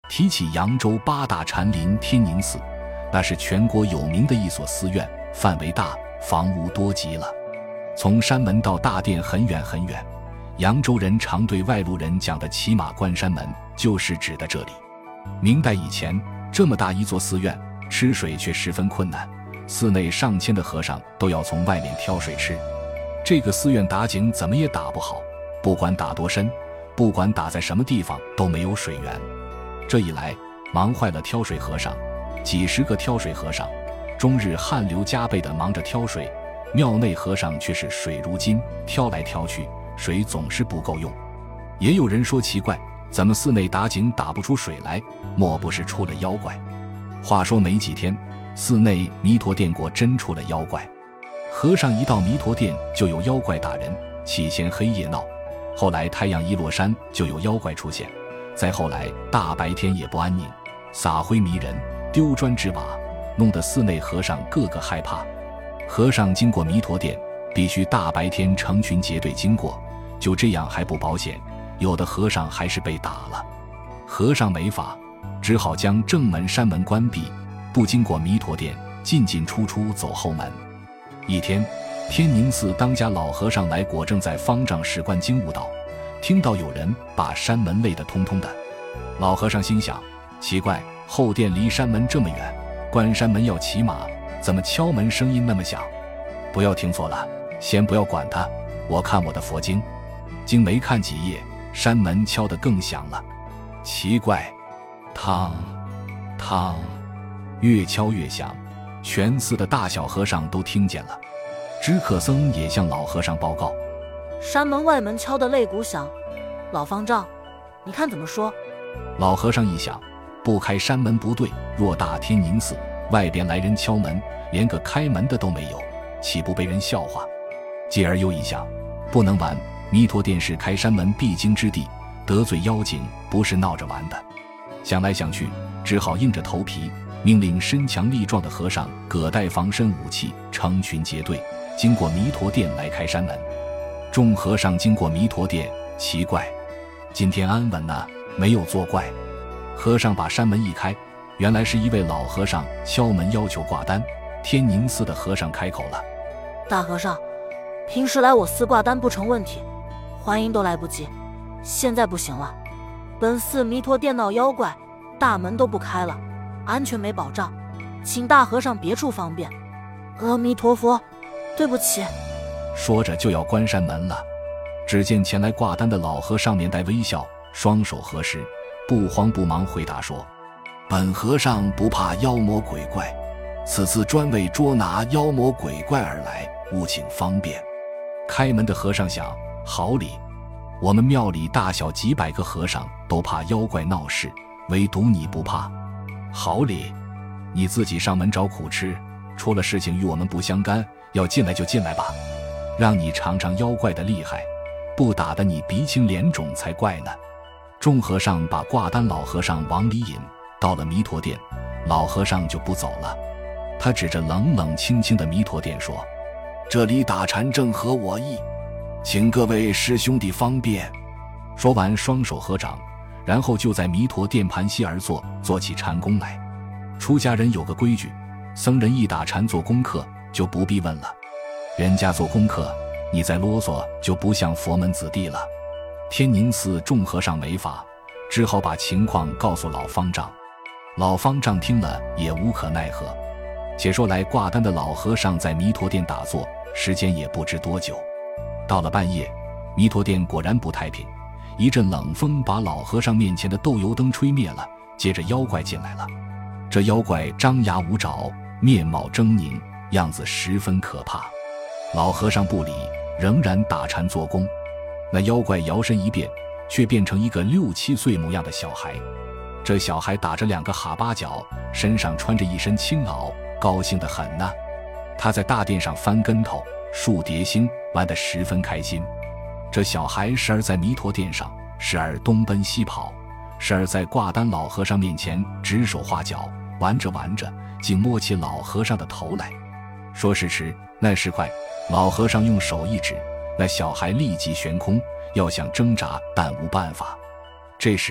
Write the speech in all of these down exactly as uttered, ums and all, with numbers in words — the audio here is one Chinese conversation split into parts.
提起扬州八大禅林天宁寺，那是全国有名的一所寺院，范围大，房屋多极了。从山门到大殿很远很远，扬州人常对外路人讲的骑马关山门就是指的这里。明代以前，这么大一座寺院，吃水却十分困难，寺内上千的和尚都要从外面挑水吃。这个寺院打井怎么也打不好，不管打多深，不管打在什么地方都没有水源。这一来忙坏了挑水和尚，几十个挑水和尚终日汗流浃背地忙着挑水，庙内和尚却是水如金，挑来挑去水总是不够用。也有人说奇怪，怎么寺内打井打不出水来，莫不是出了妖怪？话说没几天，寺内弥陀殿果真出了妖怪。和尚一到弥陀殿就有妖怪打人，起先黑夜闹，后来太阳一落山就有妖怪出现，再后来大白天也不安宁，撒灰迷人，丢砖掷瓦，弄得寺内和尚个个害怕。和尚经过弥陀殿必须大白天成群结队经过，就这样还不保险，有的和尚还是被打了。和尚没法，只好将正门山门关闭，不经过弥陀殿，进进出出走后门。一天，天宁寺当家老和尚来果正在方丈石观经悟道，听到有人把山门擂得通通的。老和尚心想，奇怪，后殿离山门这么远，关山门要骑马，怎么敲门声音那么响？不要听错了，先不要管他，我看我的佛经。经没看几页，山门敲得更响了。奇怪，汤汤，越敲越响，全寺的大小和尚都听见了。知客僧也向老和尚报告， 山门外门敲得擂鼓响，老方丈，你看怎么说？ 老和尚一想，不开山门不对，若大天宁寺外边来人敲门，连个开门的都没有，岂不被人笑话？继而又一想，不能玩，弥陀殿是开山门必经之地，得罪妖精不是闹着玩的。想来想去，只好硬着头皮命令身强力壮的和尚各带防身武器，成群结队经过弥陀殿来开山门。众和尚经过弥陀殿，奇怪，今天安稳呢，没有作怪。和尚把山门一开，原来是一位老和尚敲门要求挂单。天宁寺的和尚开口了， 大和尚，平时来我寺挂单不成问题，还银都来不及，现在不行了，本寺弥陀殿闹妖怪，大门都不开了，安全没保障，请大和尚别处方便。阿弥陀佛，对不起。 说着就要关山门了。只见前来挂单的老和尚面带微笑，双手合十，不慌不忙回答说，本和尚不怕妖魔鬼怪，此次专为捉拿妖魔鬼怪而来，务请方便。开门的和尚想，好礼，我们庙里大小几百个和尚都怕妖怪闹事，唯独你不怕。好礼，你自己上门找苦吃，出了事情与我们不相干，要进来就进来吧，让你尝尝妖怪的厉害，不打得你鼻青脸肿才怪呢。众和尚把挂单老和尚往里引，到了弥陀殿，老和尚就不走了。他指着冷冷清清的弥陀殿说，这里打禅正合我意，请各位师兄弟方便。说完双手合掌，然后就在弥陀殿盘膝而坐，做起禅功来。出家人有个规矩，僧人一打禅做功课就不必问了，人家做功课你再啰嗦就不像佛门子弟了。天宁寺众和尚没法，只好把情况告诉老方丈。老方丈听了也无可奈何。且说来挂单的老和尚在弥陀殿打坐，时间也不知多久。到了半夜，弥陀殿果然不太平，一阵冷风把老和尚面前的豆油灯吹灭了，接着妖怪进来了。这妖怪张牙舞爪，面貌狰狞，样子十分可怕。老和尚不理，仍然打禅做功。那妖怪摇身一变，却变成一个六七岁模样的小孩。这小孩打着两个哈巴脚，身上穿着一身青袄，高兴得很呢。他在大殿上翻跟头，数蝶星，玩得十分开心。这小孩时而在弥陀殿上，时而东奔西跑，时而在挂单老和尚面前指手画脚，玩着玩着竟摸起老和尚的头来。说时迟，那时快，老和尚用手一指，那小孩立即悬空，要想挣扎，但无办法。这时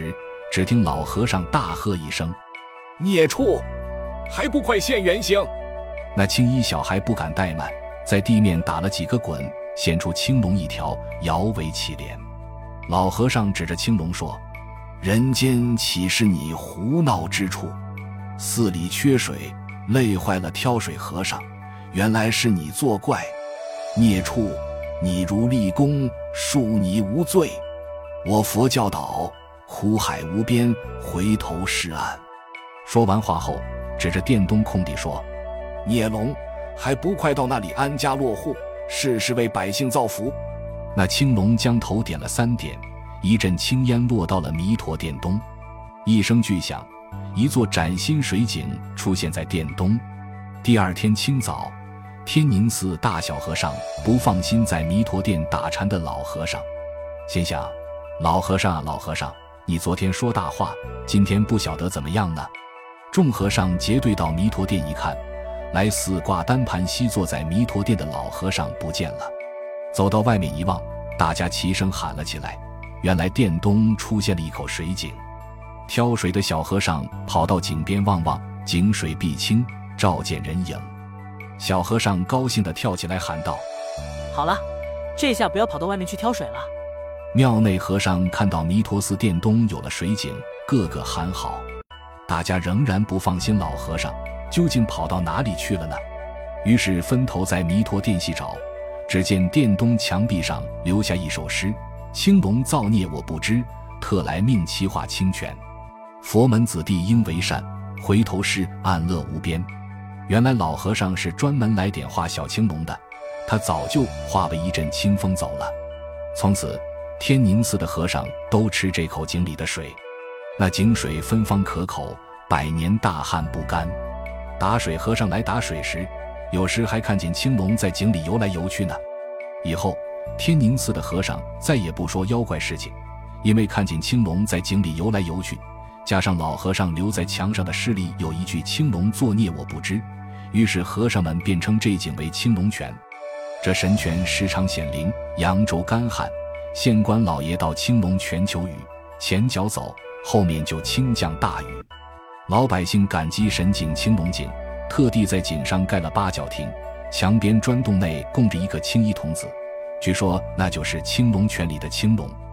只听老和尚大喝一声：“ 孽畜，还不快现原形！” 那青衣小孩不敢怠慢，在地面打了几个滚，现出青龙一条，摇尾乞怜。老和尚指着青龙说：“人间岂是你胡闹之处？寺里缺水，累坏了挑水和尚，原来是你作怪。孽畜，你如立功，恕你无罪。我佛教导，苦海无边，回头是岸。”说完话后，指着殿东空地说：“孽龙，还不快到那里安家落户，事事为百姓造福！”那青龙将头点了三点，一阵青烟落到了弥陀殿东，一声巨响，一座崭新水井出现在殿东。第二天清早，天宁寺大小和尚不放心在弥陀殿打禅的老和尚，心想：老和尚啊老和尚，你昨天说大话，今天不晓得怎么样呢？众和尚结队到弥陀殿一看，来寺挂单盘膝坐在弥陀殿的老和尚不见了。走到外面一望，大家齐声喊了起来，原来殿东出现了一口水井。挑水的小和尚跑到井边望望，井水碧清，照见人影。小和尚高兴地跳起来喊道：“ 好了，这下不要跑到外面去挑水了。” 庙内和尚看到弥陀寺殿东有了水井，个个喊好。大家仍然不放心老和尚究竟跑到哪里去了呢？于是分头在弥陀殿细找，只见殿东墙壁上留下一首诗：“青龙造孽我不知，特来命其化清泉。佛门子弟应为善，回头是岸乐无边。”原来老和尚是专门来点化小青龙的，他早就化为一阵清风走了。从此天宁寺的和尚都吃这口井里的水，那井水芬芳可口，百年大旱不干。打水和尚来打水时，有时还看见青龙在井里游来游去呢。以后天宁寺的和尚再也不说妖怪事情，因为看见青龙在井里游来游去，加上老和尚留在墙上的诗里有一句“青龙作孽我不知”，于是和尚们便称这井为青龙泉。这神泉时常显灵，扬州干旱，县官老爷到青龙泉求雨，前脚走，后面就倾降大雨。老百姓感激神井青龙井，特地在井上盖了八角亭，墙边砖洞内供着一个青衣童子，据说那就是青龙泉里的青龙。